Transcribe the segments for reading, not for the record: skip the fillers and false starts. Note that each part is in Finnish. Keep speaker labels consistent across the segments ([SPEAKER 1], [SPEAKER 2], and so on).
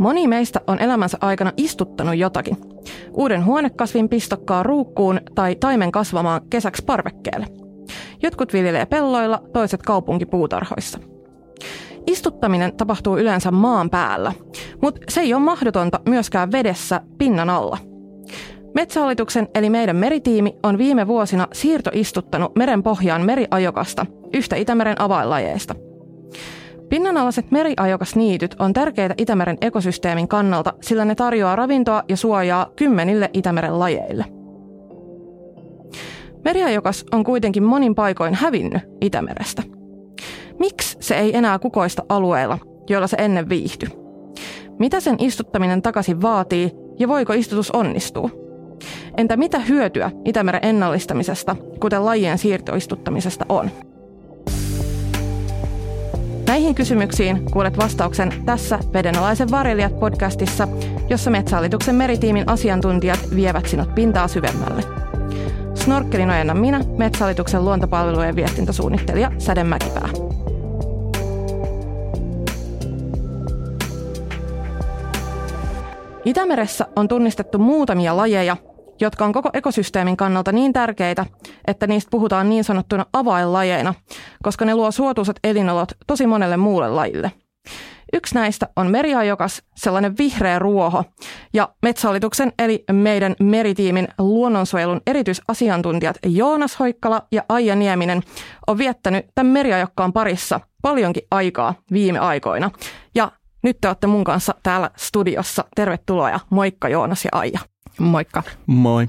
[SPEAKER 1] Moni meistä on elämänsä aikana istuttanut jotakin. Uuden huonekasvin pistokkaa ruukkuun tai taimen kasvamaan kesäksi parvekkeelle. Jotkut viljelee pelloilla, toiset kaupunkipuutarhoissa. Istuttaminen tapahtuu yleensä maan päällä, mutta se ei ole mahdotonta myöskään vedessä pinnan alla. Metsähallituksen eli meidän meritiimi on viime vuosina siirtoistuttanut meren pohjaan meriajokasta, yhtä Itämeren avainlajeista. Pinnanalaiset meriajokasniityt on tärkeitä Itämeren ekosysteemin kannalta, sillä ne tarjoaa ravintoa ja suojaa kymmenille Itämeren lajeille. Meriajokas on kuitenkin monin paikoin hävinnyt Itämerestä. Miksi se ei enää kukoista alueilla, joilla se ennen viihtyi? Mitä sen istuttaminen takaisin vaatii ja voiko istutus onnistua? Entä mitä hyötyä Itämeren ennallistamisesta, kuten lajien siirtoistuttamisesta on? Näihin kysymyksiin kuulet vastauksen tässä Vedenalaisen varjelijat -podcastissa, jossa Metsähallituksen meritiimin asiantuntijat vievät sinut pintaa syvemmälle. Snorkkelin ojennan minä, Metsähallituksen luontopalvelujen viestintäsuunnittelija Säde Mäkipää. Itämeressä on tunnistettu muutamia lajeja, jotka on koko ekosysteemin kannalta niin tärkeitä, että niistä puhutaan niin sanottuna avainlajeina, koska ne luo suotuisat elinolot tosi monelle muulle lajille. Yksi näistä on meriajokas, sellainen vihreä ruoho, ja Metsähallituksen eli meidän meritiimin luonnonsuojelun erityisasiantuntijat Joonas Hoikkala ja Aija Nieminen on viettänyt tämän meriajokkaan parissa paljonkin aikaa viime aikoina. Ja nyt te olette mun kanssa täällä studiossa. Tervetuloa ja moikka Joonas ja Aija.
[SPEAKER 2] Moikka.
[SPEAKER 3] Moi.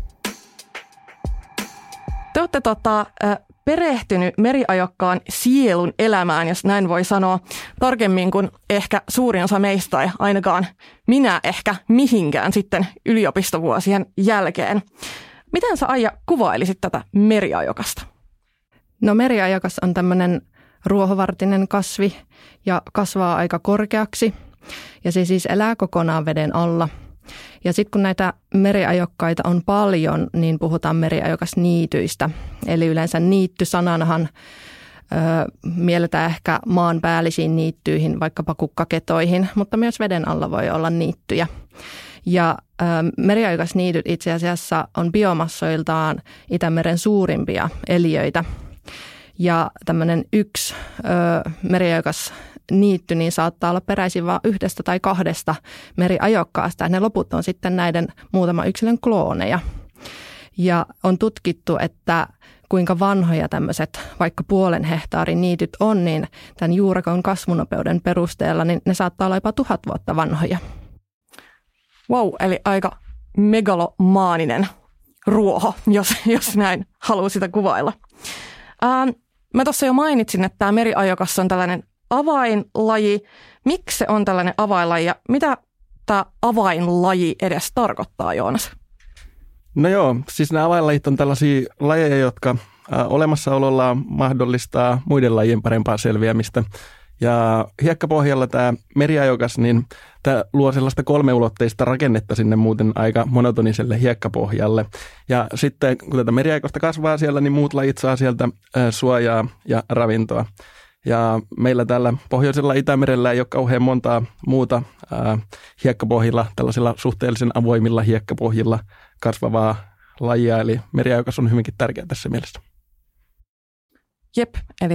[SPEAKER 1] Te olette perehtynyt meriajokkaan sielun elämään, jos näin voi sanoa, tarkemmin kuin ehkä suurin osa meistä tai ainakaan minä ehkä mihinkään sitten yliopistovuosien jälkeen. Miten sä Aija kuvailisit tätä meriajokasta?
[SPEAKER 2] No meriajokas on tämmöinen ruohovartinen kasvi ja kasvaa aika korkeaksi ja se siis elää kokonaan veden alla. Ja sitten kun näitä meriajokkaita on paljon, niin puhutaan meriajokasniityistä. Eli yleensä niitty-sananahan mielletään ehkä maan päällisiin niittyihin, vaikkapa kukkaketoihin, mutta myös veden alla voi olla niittyjä. Ja meriajokasniityt itse asiassa on biomassoiltaan Itämeren suurimpia eliöitä. Ja tämmöinen yksi meriajokasniitty niin saattaa olla peräisin vain yhdestä tai kahdesta meriajokkaasta. Ja ne loput on sitten näiden muutaman yksilön klooneja. Ja on tutkittu, että kuinka vanhoja tämmöiset vaikka 0,5 hehtaarin niityt on, niin tämän juurakon kasvunopeuden perusteella niin ne saattaa olla jopa 1000 vuotta vanhoja.
[SPEAKER 1] Wow, eli aika megalomaaninen ruoho, jos näin haluaa sitä kuvailla. Mä tuossa jo mainitsin, että tämä meriajokas on tällainen avainlaji. Miksi se on tällainen avainlaji ja mitä tämä avainlaji edes tarkoittaa, Joonas?
[SPEAKER 3] No joo, siis nämä avainlajit on tällaisia lajeja, jotka olemassaolollaan mahdollistaa muiden lajien parempaa selviämistä. Ja hiekkapohjalla tämä meriajokas, niin tämä luo sellaista 3-ulotteista rakennetta sinne muuten aika monotoniselle hiekkapohjalle. Ja sitten kun tätä meriajokosta kasvaa siellä, niin muut lajit saa sieltä suojaa ja ravintoa. Ja meillä täällä pohjoisella Itämerellä ei ole kauhean montaa muuta hiekkapohjilla, tällaisilla suhteellisen avoimilla hiekkapohjilla kasvavaa lajia. Eli meriajokas on hyvinkin tärkeä tässä mielessä.
[SPEAKER 1] Jep, eli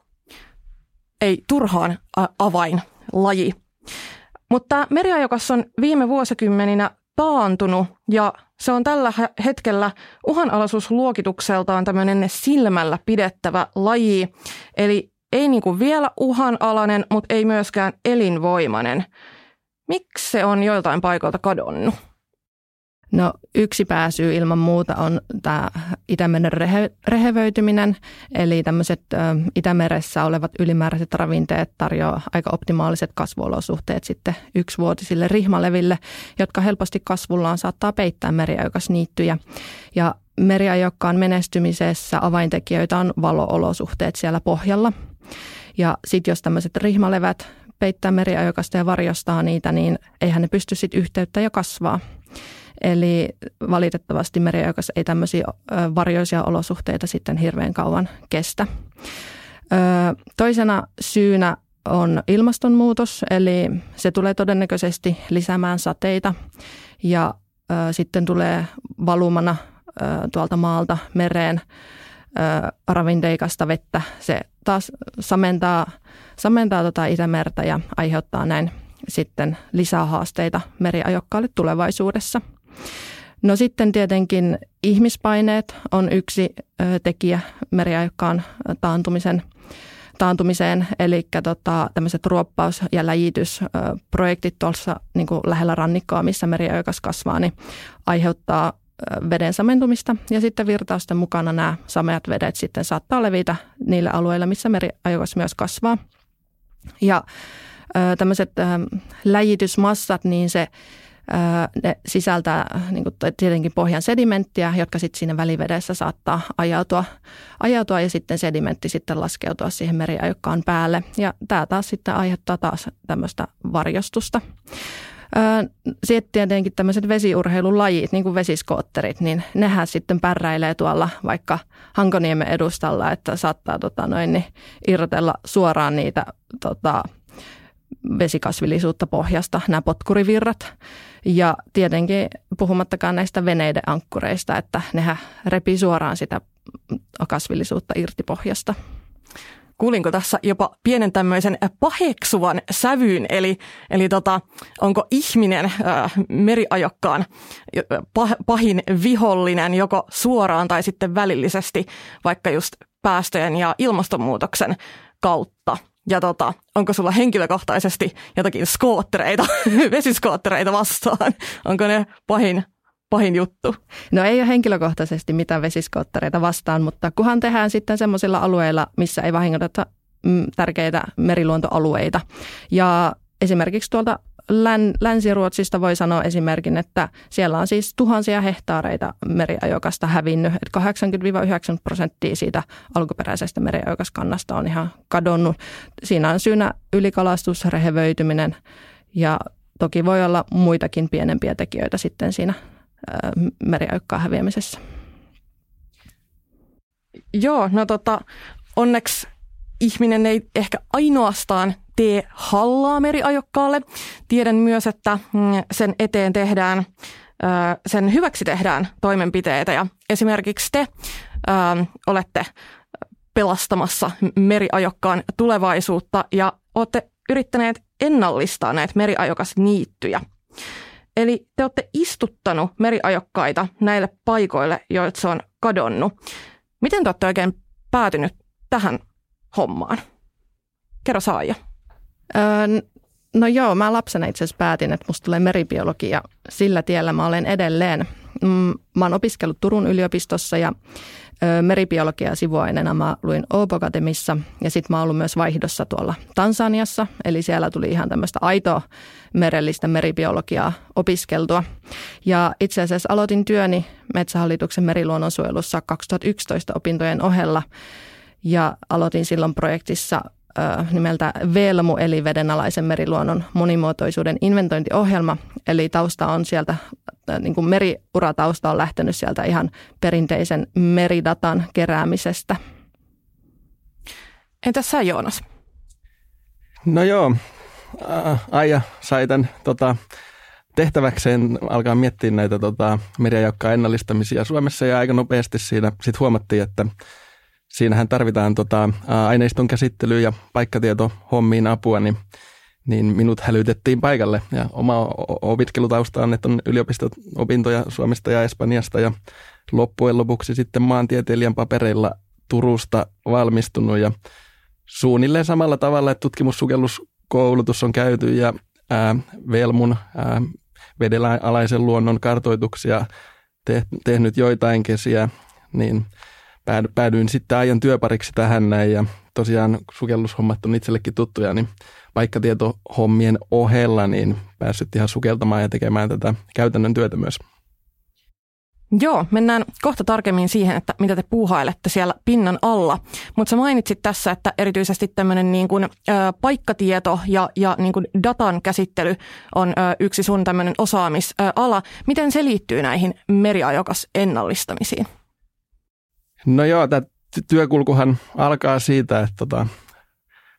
[SPEAKER 1] ei turhaan avainlaji. Mutta meriajokas on viime vuosikymmeninä taantunut ja se on tällä hetkellä uhanalaisuusluokitukseltaan tämmöinen silmällä pidettävä laji. Eli ei niinku vielä uhanalainen, mutta ei myöskään elinvoimainen. Miksi se on joiltain paikoilta kadonnut?
[SPEAKER 2] No yksi pääsyy ilman muuta on tämä Itämeren rehevöityminen, eli tämmöiset Itämeressä olevat ylimääräiset ravinteet tarjoaa aika optimaaliset kasvuolosuhteet sitten yksivuotisille rihmaleville, jotka helposti kasvullaan saattaa peittää meriajokasniittyjä. Ja meriajokkaan menestymisessä avaintekijöitä on valo-olosuhteet siellä pohjalla. Ja sitten jos tämmöiset rihmalevät peittää meriajokasta ja varjostaa niitä, niin eihän ne pysty sitten yhteyttä ja kasvaa. Eli valitettavasti meriajokas ei tämmöisiä varjoisia olosuhteita sitten hirveän kauan kestä. Toisena syynä on ilmastonmuutos, eli se tulee todennäköisesti lisäämään sateita ja sitten tulee valumana tuolta maalta mereen ravinteikasta vettä. Se taas samentaa Itämerta ja aiheuttaa näin sitten lisää haasteita meriajokkaalle tulevaisuudessa. No sitten tietenkin ihmispaineet on yksi tekijä meriajokkaan taantumiseen, eli tämmöiset ruoppaus- ja läjitysprojektit tuossa niin kuin lähellä rannikkoa, missä meriajokas kasvaa, niin aiheuttaa veden samentumista. Ja sitten virtausten mukana nämä sameat vedet sitten saattaa levitä niille alueille, missä meriajokas myös kasvaa. Ja tämmöiset läjitysmassat, niin ne sisältää niin kuin tietenkin pohjan sedimenttiä, jotka sitten siinä välivedessä saattaa ajautua ja sitten sedimentti sitten laskeutua siihen meriajokkaan päälle. Ja tämä taas sitten aiheuttaa taas tämmöistä varjostusta. Sitten tietenkin tämmöiset vesiurheilulajit, niin kuin vesiskootterit, niin nehän sitten pärräilee tuolla vaikka Hankoniemen edustalla, että saattaa irrotella suoraan niitä vesikasvillisuutta pohjasta, nämä potkurivirrat. Ja tietenkin puhumattakaan näistä veneiden ankkureista, että nehän repii suoraan sitä kasvillisuutta irti pohjasta.
[SPEAKER 1] Kuulinko tässä jopa pienen tämmöisen paheksuvan sävyyn, eli onko ihminen meriajokkaan pahin vihollinen joko suoraan tai sitten välillisesti vaikka just päästöjen ja ilmastonmuutoksen kautta? Ja onko sulla henkilökohtaisesti jotakin skoottereita, vesiskoottereita vastaan? Onko ne pahin juttu?
[SPEAKER 2] No ei ole henkilökohtaisesti mitään vesiskoottereita vastaan, mutta kunhan tehdään sitten semmoisilla alueilla, missä ei vahingoiteta tärkeitä meriluontoalueita. Ja esimerkiksi tuolta Länsi-Ruotsista voi sanoa esimerkin, että siellä on siis tuhansia hehtaareita meriajokasta hävinnyt. 80-90% siitä alkuperäisestä meriajokaskannasta on ihan kadonnut. Siinä on syynä ylikalastus, rehevöityminen ja toki voi olla muitakin pienempiä tekijöitä sitten siinä meriajokkaan häviämisessä.
[SPEAKER 1] Joo, no onneksi ihminen ei ehkä ainoastaan tee hallaa meriajokkaalle. Tiedän myös, että sen eteen sen hyväksi tehdään toimenpiteitä ja esimerkiksi te olette pelastamassa meriajokkaan tulevaisuutta ja olette yrittäneet ennallistaa näitä meriajokasniittyjä. Eli te olette istuttanut meriajokkaita näille paikoille, joilta se on kadonnut. Miten te olette oikein päätynyt tähän hommaan? Kerro Saija.
[SPEAKER 2] No joo, mä lapsena itse asiassa päätin, että musta tulee meribiologia. Sillä tiellä mä olen edelleen. Mä oon opiskellut Turun yliopistossa ja meribiologiaa sivuaineena mä luin Åbo Akatemissa ja sitten mä oon ollut myös vaihdossa tuolla Tansaniassa. Eli siellä tuli ihan tämmöistä aitoa merellistä meribiologiaa opiskeltua. Ja itse asiassa aloitin työni Metsähallituksen meriluonnonsuojelussa 2011 opintojen ohella ja aloitin silloin projektissa nimeltä VELMU, eli vedenalaisen meriluonnon monimuotoisuuden inventointiohjelma. Eli tausta on sieltä, niin kuin meriuratausta on lähtenyt sieltä ihan perinteisen meridatan keräämisestä.
[SPEAKER 1] Entäs sä, Joonas?
[SPEAKER 3] No joo, Aija sai tämän tehtäväkseen alkaa miettiä näitä meriajokkeen ennallistamisia Suomessa ja aika nopeasti siinä sit huomattiin, että siinähän tarvitaan aineiston käsittelyä ja paikkatietohommiin apua, niin minut hälytettiin paikalle. Ja oma opiskelutausta on, että on yliopisto-opintoja Suomesta ja Espanjasta ja loppujen lopuksi sitten maantieteilijän papereilla Turusta valmistunut ja suunnilleen samalla tavalla, että tutkimussukelluskoulutus on käyty ja VELMUn vedenalaisen luonnon kartoituksia tehnyt joitain kesiä, niin päädyin sitten ajan työpariksi tähän näin ja tosiaan sukellushommat on itsellekin tuttuja, niin paikkatietohommien ohella niin päässyt ihan sukeltamaan ja tekemään tätä käytännön työtä myös.
[SPEAKER 1] Joo, mennään kohta tarkemmin siihen, että mitä te puuhailette siellä pinnan alla. Mutta sä mainitsit tässä, että erityisesti tämmöinen niin kuin paikkatieto ja niin kuin datan käsittely on yksi sun tämmöinen osaamisala. Miten se liittyy näihin meriajokas ennallistamisiin?
[SPEAKER 3] No joo, tämä työkulkuhan alkaa siitä, että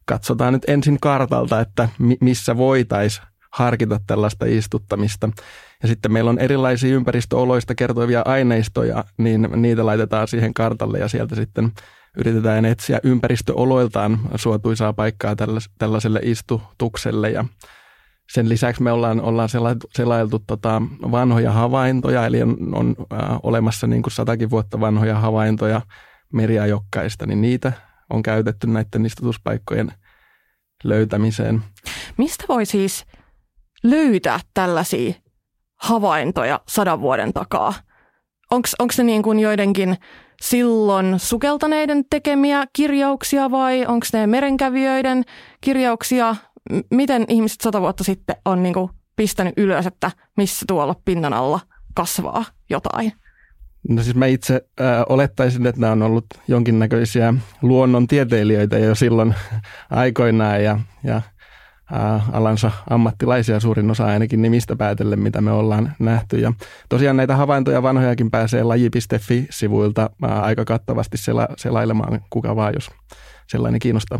[SPEAKER 3] katsotaan nyt ensin kartalta, että missä voitaisiin harkita tällaista istuttamista. Ja sitten meillä on erilaisia ympäristöoloista kertovia aineistoja, niin niitä laitetaan siihen kartalle ja sieltä sitten yritetään etsiä ympäristöoloiltaan suotuisaa paikkaa tällaiselle istutukselle. Ja sen lisäksi me ollaan selailtu vanhoja havaintoja, eli on olemassa niin kuin 100 vuotta vanhoja havaintoja meriajokkaista, niin niitä on käytetty näiden istutuspaikkojen löytämiseen.
[SPEAKER 1] Mistä voi siis löytää tällaisia havaintoja 100 vuoden takaa? Onko ne niin kuin joidenkin silloin sukeltaneiden tekemiä kirjauksia vai onko ne merenkävijöiden kirjauksia? Miten ihmiset 100 vuotta sitten on niin kuin pistänyt ylös, että missä tuolla pinnan alla kasvaa jotain?
[SPEAKER 3] No siis mä itse olettaisin, että nämä on ollut jonkinnäköisiä luonnontieteilijöitä jo silloin aikoinaan ja alansa ammattilaisia suurin osa ainakin nimistä päätellen, mitä me ollaan nähty. Ja tosiaan näitä havaintoja vanhojakin pääsee laji.fi-sivuilta aika kattavasti selailemaan kuka vaan, jos sellainen kiinnostaa.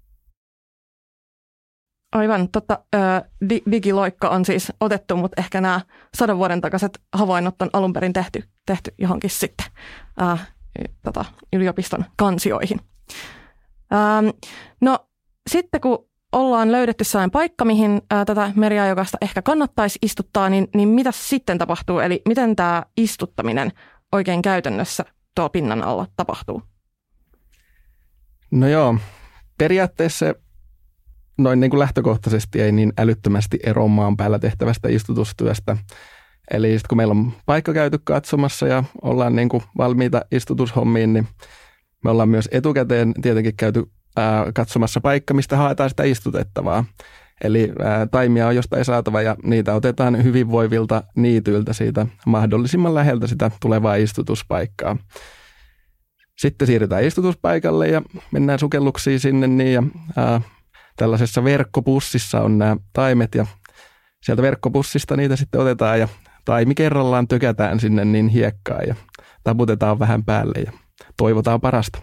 [SPEAKER 1] Aivan, digiloikka on siis otettu, mutta ehkä nämä 100 vuoden takaiset havainnot on alun perin tehty johonkin sitten yliopiston kansioihin. No sitten kun ollaan löydetty sellainen paikka, mihin tätä meriajokasta ehkä kannattaisi istuttaa, niin mitä sitten tapahtuu? Eli miten tämä istuttaminen oikein käytännössä tuo pinnan alla tapahtuu?
[SPEAKER 3] No joo, periaatteessa noin niin kuin lähtökohtaisesti ei niin älyttömästi ero maan päällä tehtävästä istutustyöstä. Eli sitten kun meillä on paikka käyty katsomassa ja ollaan niin kuin valmiita istutushommiin, niin me ollaan myös etukäteen tietenkin käyty katsomassa paikka, mistä haetaan sitä istutettavaa. Eli taimia on jostain saatava ja niitä otetaan hyvinvoivilta niityiltä siitä mahdollisimman läheltä sitä tulevaa istutuspaikkaa. Sitten siirrytään istutuspaikalle ja mennään sukelluksiin sinne niin ja tällaisessa verkkopussissa on nämä taimet ja sieltä verkkopussista niitä sitten otetaan ja taimi kerrallaan tökätään sinne niin hiekkaan ja taputetaan vähän päälle ja toivotaan parasta.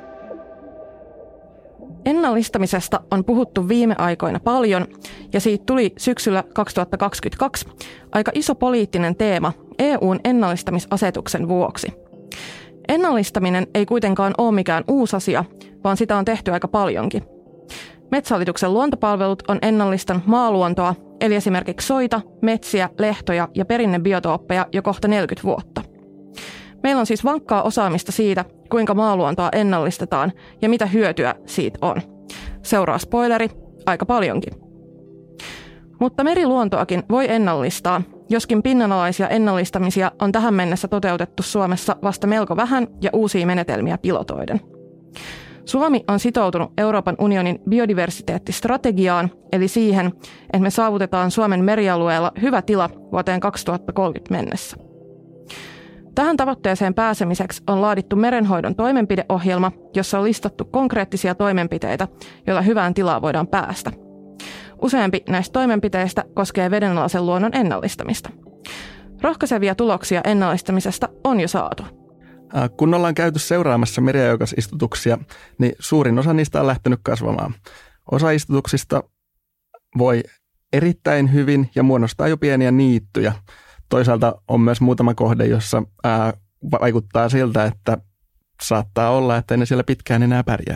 [SPEAKER 1] Ennallistamisesta on puhuttu viime aikoina paljon ja siitä tuli syksyllä 2022 aika iso poliittinen teema EU:n ennallistamisasetuksen vuoksi. Ennallistaminen ei kuitenkaan ole mikään uusi asia, vaan sitä on tehty aika paljonkin. Metsähallituksen luontopalvelut on ennallistanut maaluontoa, eli esimerkiksi soita, metsiä, lehtoja ja perinnebiotooppeja jo kohta 40 vuotta. Meillä on siis vankkaa osaamista siitä, kuinka maaluontoa ennallistetaan ja mitä hyötyä siitä on. Seuraa spoileri, aika paljonkin. Mutta meriluontoakin voi ennallistaa, joskin pinnanalaisia ennallistamisia on tähän mennessä toteutettu Suomessa vasta melko vähän ja uusia menetelmiä pilotoiden. Suomi on sitoutunut Euroopan unionin biodiversiteettistrategiaan, eli siihen, että me saavutetaan Suomen merialueella hyvä tila vuoteen 2030 mennessä. Tähän tavoitteeseen pääsemiseksi on laadittu merenhoidon toimenpideohjelma, jossa on listattu konkreettisia toimenpiteitä, joilla hyvään tilaan voidaan päästä. Useampi näistä toimenpiteistä koskee vedenalaisen luonnon ennallistamista. Rohkaisevia tuloksia ennallistamisesta on jo saatu.
[SPEAKER 3] Kun ollaan käyty seuraamassa meriajokasistutuksia, niin suurin osa niistä on lähtenyt kasvamaan. Osa istutuksista voi erittäin hyvin ja muodostaa jo pieniä niittyjä. Toisaalta on myös muutama kohde, jossa vaikuttaa siltä, että saattaa olla, että ei ne siellä pitkään enää pärjää.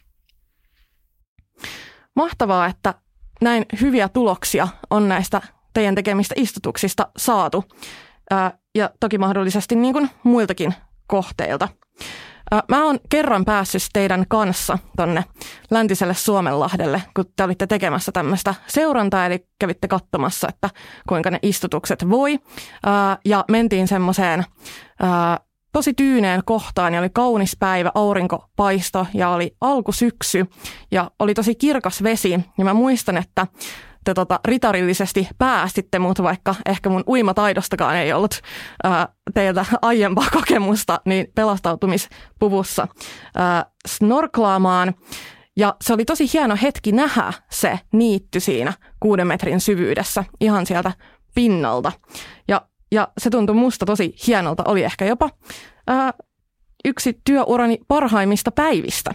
[SPEAKER 1] Mahtavaa, että näin hyviä tuloksia on näistä teidän tekemistä istutuksista saatu. Ja toki mahdollisesti niin kuin muiltakin kohteilta. Mä oon kerran päässyt teidän kanssa tonne läntiselle Suomenlahdelle, kun te olitte tekemässä tämmöistä seurantaa, eli kävitte katsomassa, että kuinka ne istutukset voi. Ja mentiin semmoiseen tosi tyyneen kohtaan ja oli kaunis päivä, aurinko paisto ja oli alkusyksy ja oli tosi kirkas vesi. Ja mä muistan, että te ritarillisesti päästitte mut, vaikka ehkä mun uimataidostakaan ei ollut teiltä aiempaa kokemusta, niin pelastautumispuvussa snorklaamaan. Ja se oli tosi hieno hetki nähdä se niitty siinä 6 metrin syvyydessä ihan sieltä pinnalta. Ja se tuntui musta tosi hienolta, oli ehkä jopa yksi työurani parhaimmista päivistä.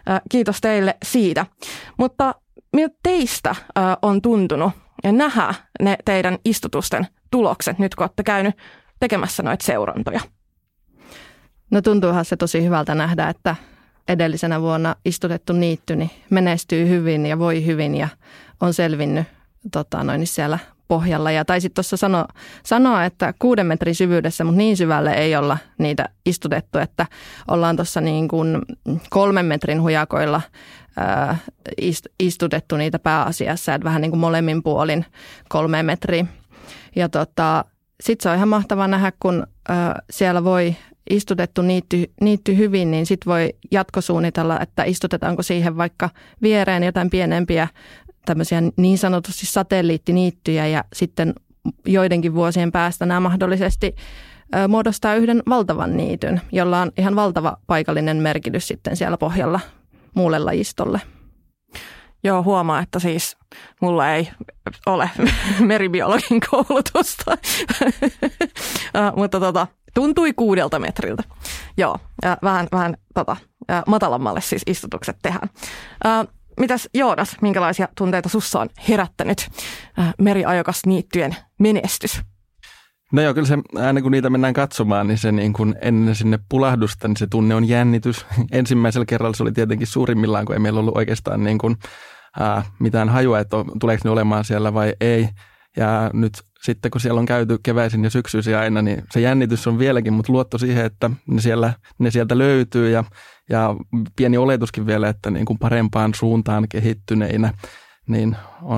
[SPEAKER 1] Kiitos teille siitä. Mutta miltä teistä on tuntunut ja nähdä ne teidän istutusten tulokset nyt, kun olette käynyt tekemässä noita seurantoja?
[SPEAKER 2] No tuntuuhan se tosi hyvältä nähdä, että edellisenä vuonna istutettu niitty niin menestyy hyvin ja voi hyvin ja on selvinnyt siellä pohjalla. Ja taisit tuossa sanoa, että 6 metrin syvyydessä, mutta niin syvälle ei olla niitä istutettu, että ollaan tuossa niin kuin 3 metrin hujakoilla istutettu niitä pääasiassa, että vähän niin kuin molemmin puolin 3 metriä. Ja sitten se on ihan mahtavaa nähdä, kun siellä voi istutettu niitty hyvin, niin sitten voi jatkosuunnitella, että istutetaanko siihen vaikka viereen jotain pienempiä tämmöisiä niin sanotusti satelliittiniittyjä ja sitten joidenkin vuosien päästä nämä mahdollisesti muodostaa yhden valtavan niityn, jolla on ihan valtava paikallinen merkitys sitten siellä pohjalla muulle lajistolle.
[SPEAKER 1] Joo, huomaa, että siis mulla ei ole meribiologin koulutusta, mutta tuntui 6 metriltä. Joo, vähän matalammalle siis istutukset tehdään. Mitäs Joonas, minkälaisia tunteita sussa on herättänyt meriajokasniittyjen menestys?
[SPEAKER 3] No joo, kyllä se aina kun niitä mennään katsomaan, niin se niin kuin ennen sinne pulahdusta, niin se tunne on jännitys. Ensimmäisellä kerralla se oli tietenkin suurimmillaan, kun ei meillä ollut oikeastaan niin kuin, mitään hajua, että tuleeko ne olemaan siellä vai ei. Ja nyt sitten kun siellä on käyty keväisin ja syksyisin aina, niin se jännitys on vieläkin, mutta luotto siihen, että ne sieltä löytyy ja pieni oletuskin vielä, että niin kuin parempaan suuntaan kehittyneinä, niin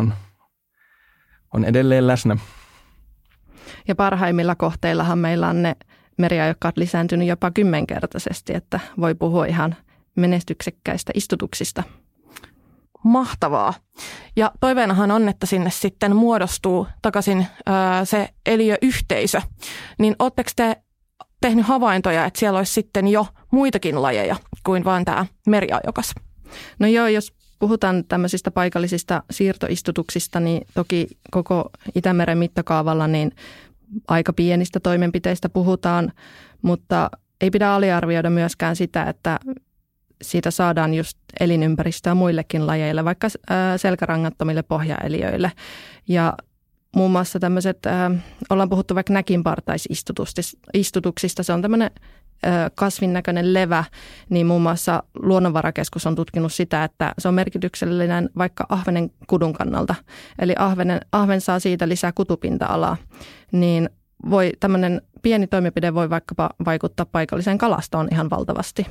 [SPEAKER 3] on edelleen läsnä.
[SPEAKER 2] Ja parhaimmilla kohteillahan meillä on ne meriajokkaat lisääntynyt jopa 10-kertaisesti, että voi puhua ihan menestyksekkäistä istutuksista.
[SPEAKER 1] Mahtavaa. Ja toiveenahan on, että sinne sitten muodostuu takaisin se eliöyhteisö. Niin ootteko te tehnyt havaintoja, että siellä olisi sitten jo muitakin lajeja kuin vain tämä meriajokas?
[SPEAKER 2] No joo, jos puhutaan tämmöisistä paikallisista siirtoistutuksista, niin toki koko Itämeren mittakaavalla niin aika pienistä toimenpiteistä puhutaan, mutta ei pidä aliarvioida myöskään sitä, että siitä saadaan just elinympäristöä muillekin lajeille, vaikka selkärangattomille pohjaeliöille. Ja muun muassa tämmöiset, ollaan puhuttu vaikka näkinpartaisistutuksista, se on tämmöinen kasvin näköinen levä, niin muun muassa Luonnonvarakeskus on tutkinut sitä, että se on merkityksellinen vaikka ahvenen kudun kannalta. Eli ahven saa siitä lisää kutupinta-alaa, niin tämmöinen pieni toimenpide voi vaikkapa vaikuttaa paikalliseen kalastoon ihan valtavasti.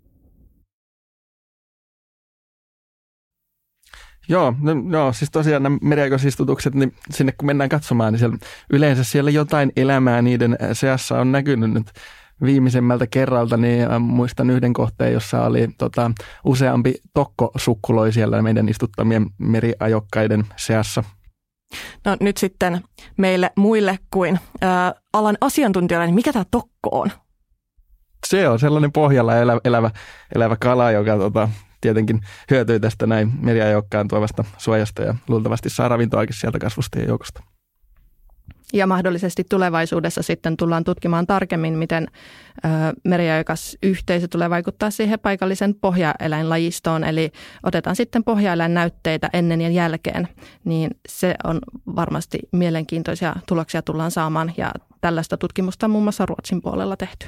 [SPEAKER 3] Joo, siis tosiaan nämä meriajokasistutukset, niin sinne kun mennään katsomaan, niin yleensä siellä jotain elämää niiden seassa on näkynyt nyt viimeisemmältä kerralta, niin muistan yhden kohteen, jossa oli useampi tokko sukkuloi siellä meidän istuttamien meriajokkaiden seassa.
[SPEAKER 1] No nyt sitten meille muille kuin alan asiantuntijoille, niin mikä tämä tokko on?
[SPEAKER 3] Se on sellainen pohjalla elävä kala, joka tietenkin hyötyy tästä näin meriajokkaan tuovasta suojasta ja luultavasti saa ravintoakin sieltä kasvusten joukosta.
[SPEAKER 2] Ja mahdollisesti tulevaisuudessa sitten tullaan tutkimaan tarkemmin, miten meriajokas yhteisö tulee vaikuttaa siihen paikallisen pohjaeläinlajistoon. Eli otetaan sitten pohjaeläinnäytteitä ennen ja jälkeen, niin se on varmasti mielenkiintoisia tuloksia tullaan saamaan. Ja tällaista tutkimusta on muun muassa Ruotsin puolella tehty.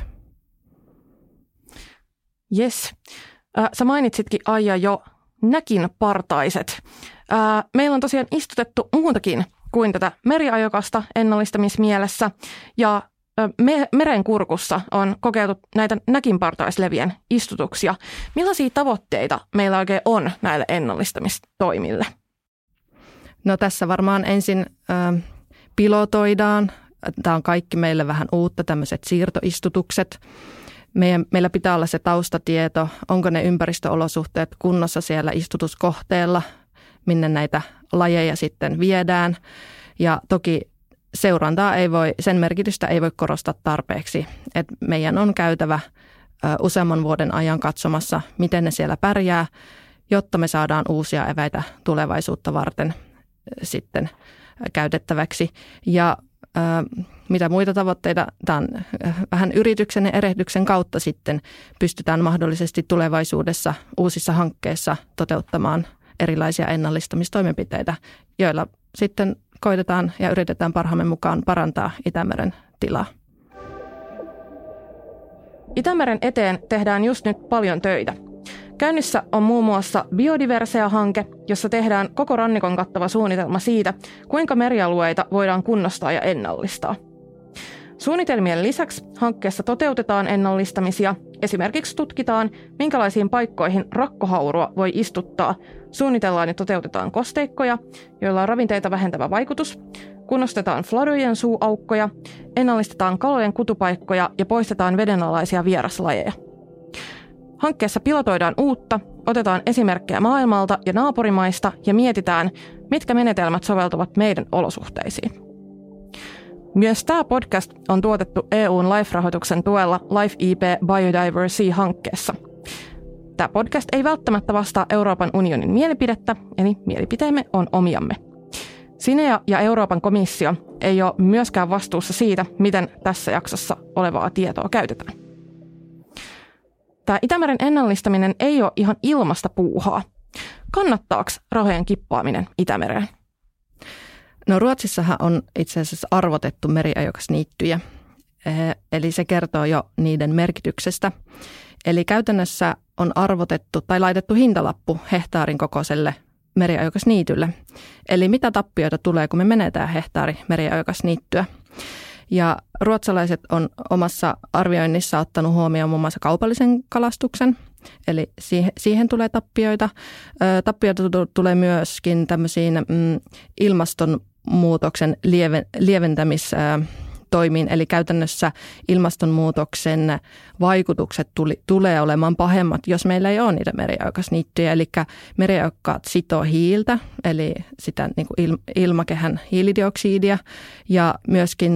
[SPEAKER 1] Yes. Sä mainitsitkin, Aija, jo näkinpartaiset. Meillä on tosiaan istutettu muutakin kuin tätä meriajokasta ennallistamismielessä. Ja merenkurkussa on kokeiltu näitä näkinpartaislevien istutuksia. Millaisia tavoitteita meillä oikein on näille ennallistamistoimille?
[SPEAKER 2] No tässä varmaan ensin pilotoidaan. Tämä on kaikki meille vähän uutta, tämmöiset siirtoistutukset. Meillä pitää olla se taustatieto, onko ne ympäristöolosuhteet kunnossa siellä istutuskohteella, minne näitä lajeja sitten viedään. Ja toki sen merkitystä ei voi korostaa tarpeeksi. Et meidän on käytävä useamman vuoden ajan katsomassa, miten ne siellä pärjää, jotta me saadaan uusia eväitä tulevaisuutta varten sitten käytettäväksi. Ja mitä muita tavoitteita tämän vähän yrityksen ja erehdyksen kautta sitten pystytään mahdollisesti tulevaisuudessa uusissa hankkeissa toteuttamaan erilaisia ennallistamistoimenpiteitä, joilla sitten koitetaan ja yritetään parhaamme mukaan parantaa Itämeren tilaa.
[SPEAKER 1] Itämeren eteen tehdään just nyt paljon töitä. Käynnissä on muun muassa Biodiversea-hanke, jossa tehdään koko rannikon kattava suunnitelma siitä, kuinka merialueita voidaan kunnostaa ja ennallistaa. Suunnitelmien lisäksi hankkeessa toteutetaan ennallistamisia. Esimerkiksi tutkitaan, minkälaisiin paikkoihin rakkohaurua voi istuttaa. Suunnitellaan ja toteutetaan kosteikkoja, joilla on ravinteita vähentävä vaikutus. Kunnostetaan fladojen suuaukkoja, ennallistetaan kalojen kutupaikkoja ja poistetaan vedenalaisia vieraslajeja. Hankkeessa pilotoidaan uutta, otetaan esimerkkejä maailmalta ja naapurimaista ja mietitään, mitkä menetelmät soveltuvat meidän olosuhteisiin. Myös tämä podcast on tuotettu EU:n LIFE-rahoituksen tuella LIFE-IP Biodiversity-hankkeessa. Tämä podcast ei välttämättä vastaa Euroopan unionin mielipidettä, eli mielipiteemme on omiamme. Sinea ja Euroopan komissio ei ole myöskään vastuussa siitä, miten tässä jaksossa olevaa tietoa käytetään. Tämä Itämeren ennallistaminen ei ole ihan ilmasta puuhaa. Kannattaako rahojen kippaaminen Itämereen?
[SPEAKER 2] No Ruotsissahan on itse asiassa arvotettu meriajokasniittyjä, eli se kertoo jo niiden merkityksestä. Eli käytännössä on arvotettu tai laitettu hintalappu hehtaarin kokoiselle meriajokasniitylle. Eli mitä tappioita tulee, kun me menetään hehtaari meriajokasniittyä. Ja ruotsalaiset on omassa arvioinnissa ottanut huomioon muun muassa kaupallisen kalastuksen, eli siihen tulee tappioita. Tappioita tulee myöskin tämmöisiin ilmastonmuutoksen lieventämistoimiin, eli käytännössä ilmastonmuutoksen vaikutukset tulee olemaan pahemmat, jos meillä ei ole niitä meriajokasniittyjä. Eli meriajokkaat sitoo hiiltä, eli sitä niin kuin ilmakehän hiilidioksidia, ja myöskin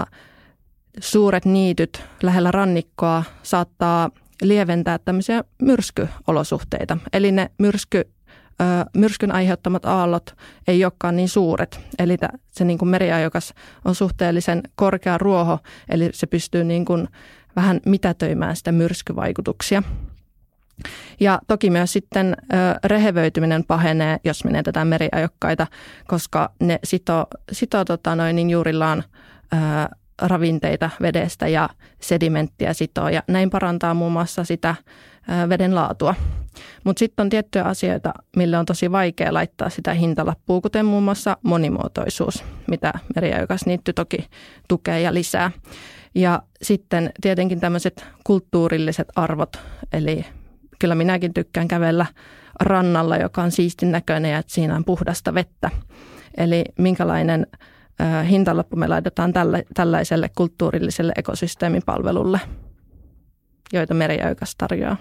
[SPEAKER 2] suuret niityt lähellä rannikkoa saattaa lieventää tämmöisiä myrskyolosuhteita, eli ne myrskyn aiheuttamat aallot ei olekaan niin suuret. Eli se niin kuin meriajokas on suhteellisen korkea ruoho, eli se pystyy niin kuin vähän mitätöimään sitä myrskyvaikutuksia. Ja toki myös sitten rehevöityminen pahenee, jos menetetään meriajokkaita, koska ne sitoo juurillaan ravinteita vedestä ja sedimenttiä sitoo, ja näin parantaa muun muassa sitä veden laatua. Mutta sitten on tiettyjä asioita, mille on tosi vaikea laittaa sitä hintalappua, kuten muun muassa monimuotoisuus, mitä meriajokasniitty toki tukee ja lisää. Ja sitten tietenkin tämmöiset kulttuurilliset arvot, eli kyllä minäkin tykkään kävellä rannalla, joka on siistin näköinen ja että siinä on puhdasta vettä. Eli minkälainen hintalappu me laitetaan tällaiselle kulttuurilliselle ekosysteemipalvelulle, joita meriajokas tarjoaa.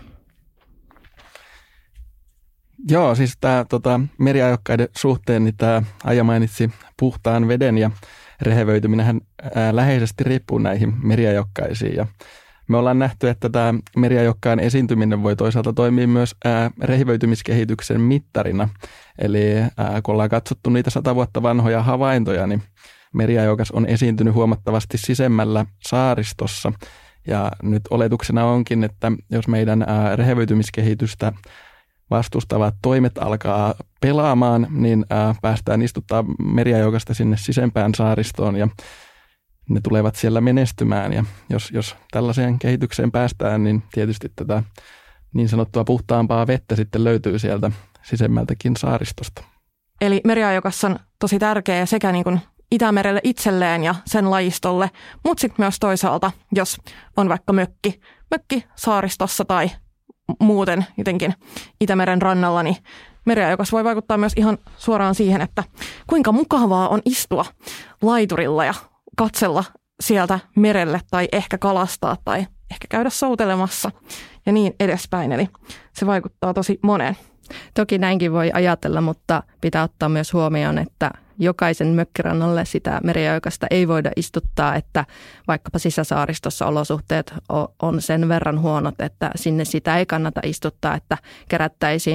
[SPEAKER 3] Joo, siis tämä meriajokkaiden suhteen, niin tämä Aija mainitsi puhtaan veden ja rehevöityminenhän läheisesti riippuu näihin meriajokkaisiin. Ja me ollaan nähty, että tämä meriajokkaan esiintyminen voi toisaalta toimia myös rehevöitymiskehityksen mittarina. Eli kun ollaan katsottu niitä 100 vuotta vanhoja havaintoja, niin meriajokas on esiintynyt huomattavasti sisemmällä saaristossa. Ja nyt oletuksena onkin, että jos meidän rehevöitymiskehitystä vastustavat toimet alkaa pelaamaan, niin päästään istuttaa meriajokasta sinne sisempään saaristoon ja ne tulevat siellä menestymään. Ja jos tällaiseen kehitykseen päästään, niin tietysti tätä niin sanottua puhtaampaa vettä sitten löytyy sieltä sisemmältäkin saaristosta.
[SPEAKER 1] Eli meriajokas on tosi tärkeä sekä niin kuin Itämerelle itselleen ja sen lajistolle, mutta sitten myös toisaalta, jos on vaikka mökki saaristossa tai muuten jotenkin Itämeren rannalla, niin meriajokas voi vaikuttaa myös ihan suoraan siihen, että kuinka mukavaa on istua laiturilla ja katsella sieltä merelle tai ehkä kalastaa tai ehkä käydä soutelemassa ja niin edespäin. Eli se vaikuttaa tosi moneen.
[SPEAKER 2] Toki näinkin voi ajatella, mutta pitää ottaa myös huomioon, että jokaisen mökkirannalle sitä meriajokasta ei voida istuttaa, että vaikkapa sisäsaaristossa olosuhteet on sen verran huonot, että sinne sitä ei kannata istuttaa, että kerättäisiin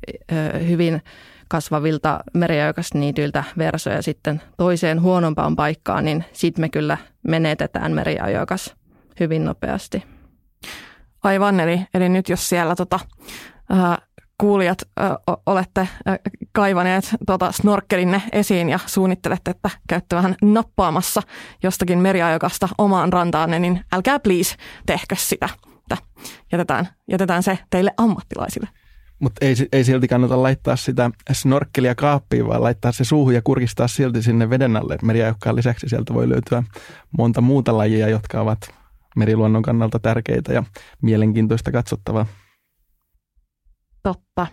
[SPEAKER 2] hyvin kasvavilta meriajoikasniityiltä versoja sitten toiseen huonompaan paikkaan, niin sitten me kyllä menetetään meriajoikas hyvin nopeasti.
[SPEAKER 1] Aivan, eli nyt jos siellä kuulijat olette kaivaneet snorkkelinne esiin ja suunnittelette, että käytte vähän nappaamassa jostakin meriajokasta omaan rantaanne, niin älkää please tehkö sitä. Jätetään se teille ammattilaisille.
[SPEAKER 3] Mutta ei silti kannata laittaa sitä snorkkelia kaappiin, vaan laittaa se suuhun ja kurkistaa silti sinne veden alle. Meriajokkaan lisäksi sieltä voi löytyä monta muuta lajia, jotka ovat meriluonnon kannalta tärkeitä ja mielenkiintoista katsottavaa.
[SPEAKER 1] Totta.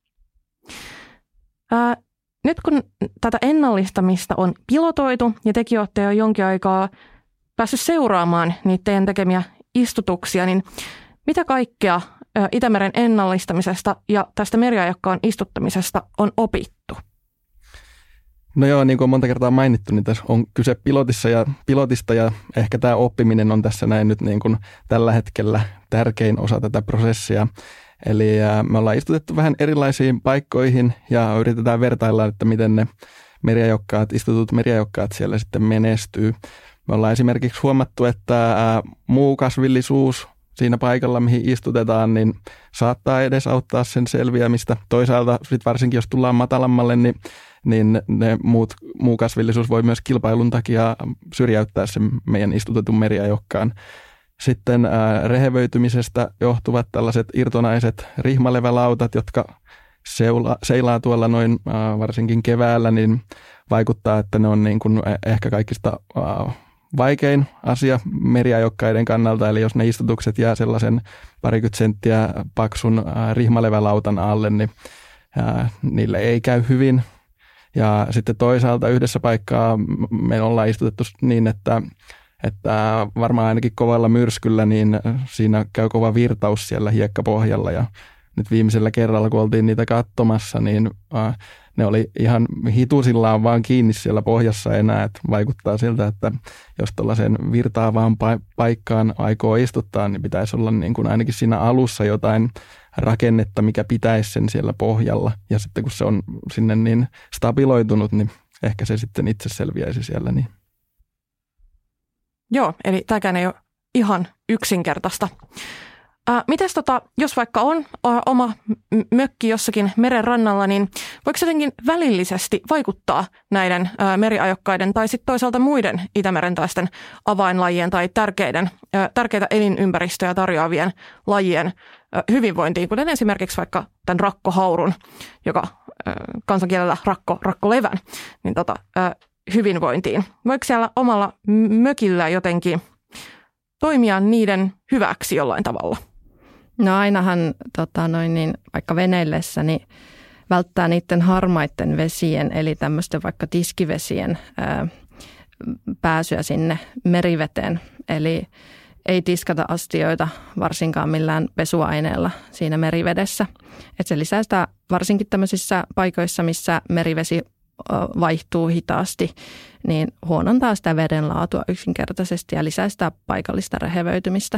[SPEAKER 1] Nyt kun tätä ennallistamista on pilotoitu ja tekin olette jo jonkin aikaa päässyt seuraamaan niitä teidän tekemiä istutuksia, niin mitä kaikkea Itämeren ennallistamisesta ja tästä meriajokkaan istuttamisesta on opittu?
[SPEAKER 3] No joo, niin kuin on monta kertaa mainittu, niin tässä on kyse pilotista ja ehkä tämä oppiminen on tässä näin nyt niin kuin tällä hetkellä tärkein osa tätä prosessia. Eli me ollaan istutettu vähän erilaisiin paikkoihin ja yritetään vertailla, että miten ne istutut meriajokkaat siellä sitten menestyy. Me ollaan esimerkiksi huomattu, että muu kasvillisuus siinä paikalla, mihin istutetaan, niin saattaa edesauttaa sen selviämistä. Toisaalta sit varsinkin, jos tullaan matalammalle, niin ne muu kasvillisuus voi myös kilpailun takia syrjäyttää sen meidän istutetun meriajokkaan. Sitten rehevöitymisestä johtuvat tällaiset irtonaiset rihmalevälautat, jotka seilaa tuolla noin varsinkin keväällä, niin vaikuttaa, että ne on niin kuin ehkä kaikista vaikein asia meriajokkaiden kannalta. Eli jos ne istutukset jää sellaisen 20 senttiä paksun rihmalevälautan alle, niin niille ei käy hyvin. Ja sitten toisaalta yhdessä paikkaa me ollaan istutettu niin, että varmaan ainakin kovalla myrskyllä, niin siinä käy kova virtaus siellä hiekkapohjalla. Ja nyt viimeisellä kerralla, kun oltiin niitä katsomassa, niin ne oli ihan hitusillaan vaan kiinni siellä pohjassa enää. Että vaikuttaa siltä, että jos tuollaiseen virtaavaan paikkaan aikoo istuttaa, niin pitäisi olla niin kuin ainakin siinä alussa jotain rakennetta, mikä pitäisi sen siellä pohjalla. Ja sitten kun se on sinne niin stabiloitunut, niin ehkä se sitten itse selviäisi siellä niin.
[SPEAKER 1] Joo, eli tämäkään ei ole ihan yksinkertaista. Mites jos vaikka on oma mökki jossakin meren rannalla, niin voiko se jotenkin välillisesti vaikuttaa näiden meriajokkaiden tai sitten toisaalta muiden Itämeren tällaisten avainlajien tai tärkeitä elinympäristöjä tarjoavien lajien hyvinvointiin, kuten esimerkiksi vaikka tämän rakkohaurun, joka kansankielellä rakkolevän, niin hyvinvointiin. Voiko siellä omalla mökillä jotenkin toimia niiden hyväksi jollain tavalla?
[SPEAKER 2] No ainahan vaikka veneillessä niin välttää niiden harmaiden vesien, eli tämmöisten vaikka tiskivesien pääsyä sinne meriveteen. Eli ei tiskata astioita varsinkaan millään pesuaineella siinä merivedessä. Et se lisää sitä varsinkin tämmöisissä paikoissa, missä merivesi vaihtuu hitaasti, niin huonontaa sitä veden laatua yksinkertaisesti ja lisää sitä paikallista rehevöitymistä.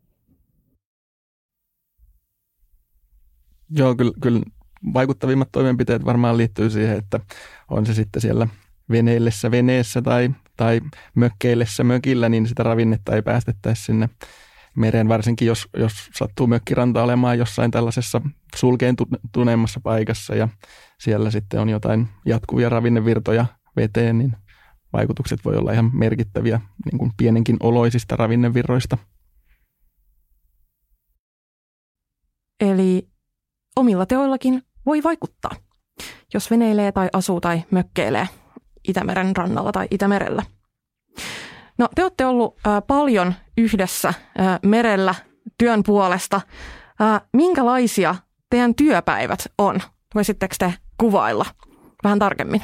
[SPEAKER 3] Joo, kyllä vaikuttavimmat toimenpiteet varmaan liittyy siihen, että on se sitten siellä veneillessä veneessä tai mökkeillessä mökillä, niin sitä ravinnetta ei päästettäisi sinne mereen, varsinkin jos sattuu mökkiranta olemaan jossain tällaisessa sulkeentuneemmassa paikassa ja siellä sitten on jotain jatkuvia ravinnevirtoja veteen, niin vaikutukset voi olla ihan merkittäviä niin kuin pienenkin oloisista ravinnevirroista.
[SPEAKER 1] Eli omilla teoillakin voi vaikuttaa, jos veneilee tai asuu tai mökkeilee Itämeren rannalla tai Itämerellä. No, te olette ollut paljon yhdessä merellä työn puolesta. Minkälaisia teidän työpäivät on? Voisitteko te kuvailla vähän tarkemmin?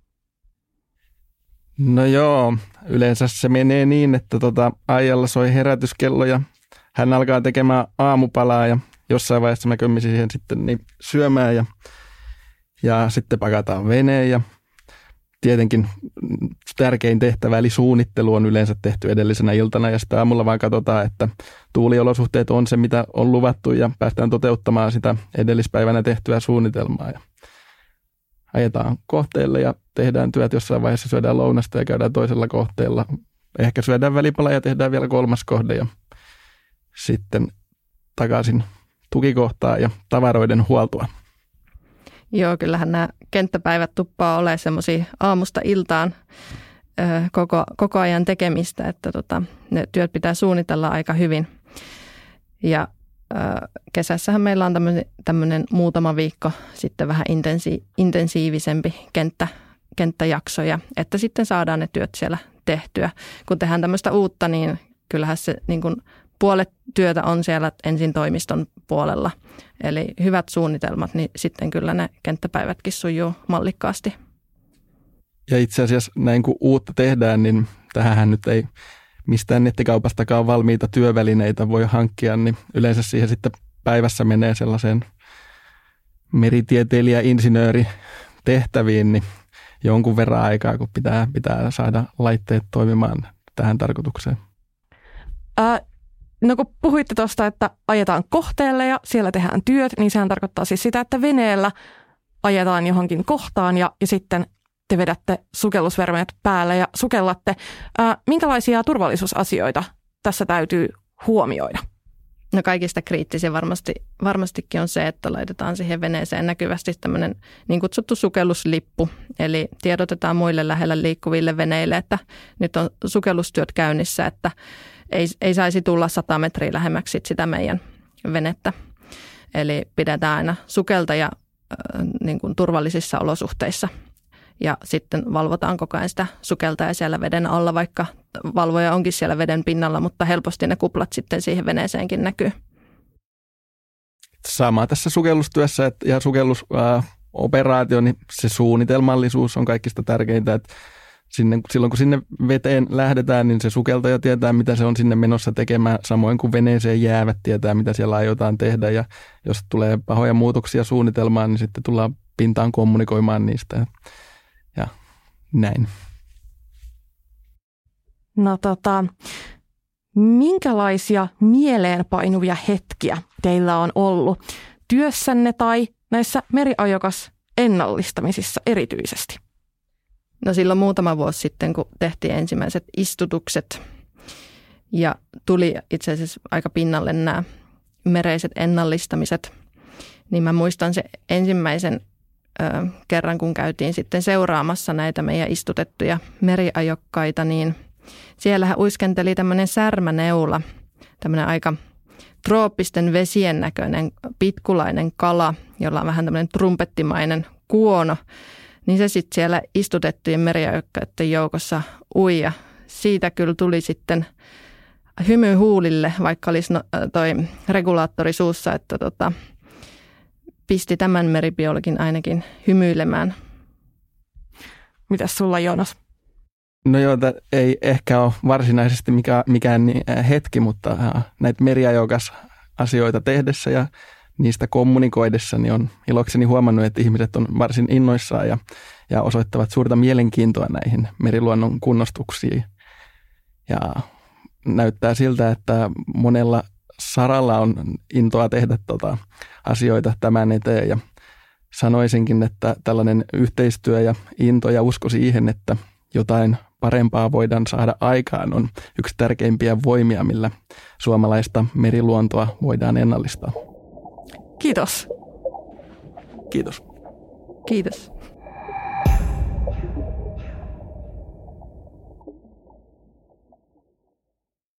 [SPEAKER 3] No joo, yleensä se menee niin, että Aijalla soi herätyskello ja hän alkaa tekemään aamupalaa ja jossain vaiheessa mä kömmisin siihen sitten niin syömään ja sitten pakataan veneen ja tietenkin tärkein tehtävä, eli suunnittelu on yleensä tehty edellisenä iltana ja sitten aamulla vaan katsotaan, että tuuliolosuhteet on se, mitä on luvattu ja päästään toteuttamaan sitä edellispäivänä tehtyä suunnitelmaa. Ja ajetaan kohteelle ja tehdään työt, jossain vaiheessa syödään lounasta ja käydään toisella kohteella. Ehkä syödään välipala ja tehdään vielä kolmas kohde ja sitten takaisin tukikohtaan ja tavaroiden huoltoa.
[SPEAKER 2] Joo, kyllähän nämä kenttäpäivät tuppaa olemaan semmoisia aamusta iltaan koko ajan tekemistä, että ne työt pitää suunnitella aika hyvin. Ja kesässähän meillä on tämmöinen muutama viikko sitten vähän intensiivisempi kenttäjaksoja, että sitten saadaan ne työt siellä tehtyä. Kun tehdään tämmöistä uutta, niin kyllähän se niin kuin puolet työtä on siellä ensin toimiston puolella. Eli hyvät suunnitelmat, niin sitten kyllä ne kenttäpäivätkin sujuu mallikkaasti.
[SPEAKER 3] Ja itse asiassa näin kun uutta tehdään, niin tähän nyt ei mistään nettikaupastakaan valmiita työvälineitä voi hankkia, niin yleensä siihen sitten päivässä menee sellaiseen meritieteilijä-insinööri tehtäviin, niin jonkun verran aikaa, kun pitää saada laitteet toimimaan tähän tarkoitukseen.
[SPEAKER 1] No kun puhuitte tuosta, että ajetaan kohteelle ja siellä tehdään työt, niin sehän tarkoittaa siis sitä, että veneellä ajetaan johonkin kohtaan ja sitten te vedätte sukellusvermeet päälle ja sukellatte. Minkälaisia turvallisuusasioita tässä täytyy huomioida?
[SPEAKER 2] No kaikista kriittisin varmastikin on se, että laitetaan siihen veneeseen näkyvästi tämmöinen niin kutsuttu sukelluslippu. Eli tiedotetaan muille lähellä liikkuville veneille, että nyt on sukellustyöt käynnissä, että ei saisi tulla 100 metriä lähemmäksi sitä meidän venettä. Eli pidetään aina sukeltaja niin kuin turvallisissa olosuhteissa. Ja sitten valvotaan koko ajan sitä sukeltajaa siellä veden alla, vaikka valvoja onkin siellä veden pinnalla, mutta helposti ne kuplat sitten siihen veneeseenkin näkyy.
[SPEAKER 3] Sama tässä sukellustyössä ja sukellusoperaatio, niin se suunnitelmallisuus on kaikista tärkeintä, että silloin kun sinne veteen lähdetään, niin se sukeltaja tietää, mitä se on sinne menossa tekemään, samoin kuin veneeseen jäävät tietää, mitä siellä aiotaan tehdä, ja jos tulee pahoja muutoksia suunnitelmaan, niin sitten tullaan pintaan kommunikoimaan niistä. Ja näin.
[SPEAKER 1] No minkälaisia mieleenpainuvia hetkiä teillä on ollut työssänne tai näissä meriajokas ennallistamisissa erityisesti?
[SPEAKER 2] No silloin muutama vuosi sitten, kun tehtiin ensimmäiset istutukset ja tuli itse asiassa aika pinnalle nämä mereiset ennallistamiset, niin mä muistan se ensimmäisen kerran, kun käytiin sitten seuraamassa näitä meidän istutettuja meriajokkaita, niin siellähän uiskenteli tämmöinen särmäneula, tämmöinen aika trooppisten vesien näköinen pitkulainen kala, jolla on vähän tämmöinen trumpettimainen kuono, niin se sitten siellä istutettujen meriajokkaiden joukossa ui ja siitä kyllä tuli sitten hymy huulille, vaikka olisi toi regulaattori suussa, että pisti tämän meribiologin ainakin hymyilemään.
[SPEAKER 1] Mitäs sulla, Joonas?
[SPEAKER 3] No joo, ei ehkä ole varsinaisesti mikään hetki, mutta näitä meriajokas asioita tehdessä ja niistä kommunikoidessa niin on ilokseni huomannut, että ihmiset on varsin innoissaan ja osoittavat suurta mielenkiintoa näihin meriluonnon kunnostuksiin. Ja näyttää siltä, että monella saralla on intoa tehdä asioita tämän eteen ja sanoisinkin, että tällainen yhteistyö ja into ja usko siihen, että jotain parempaa voidaan saada aikaan on yksi tärkeimpiä voimia, millä suomalaista meriluontoa voidaan ennallistaa.
[SPEAKER 1] Kiitos.
[SPEAKER 3] Kiitos.
[SPEAKER 2] Kiitos.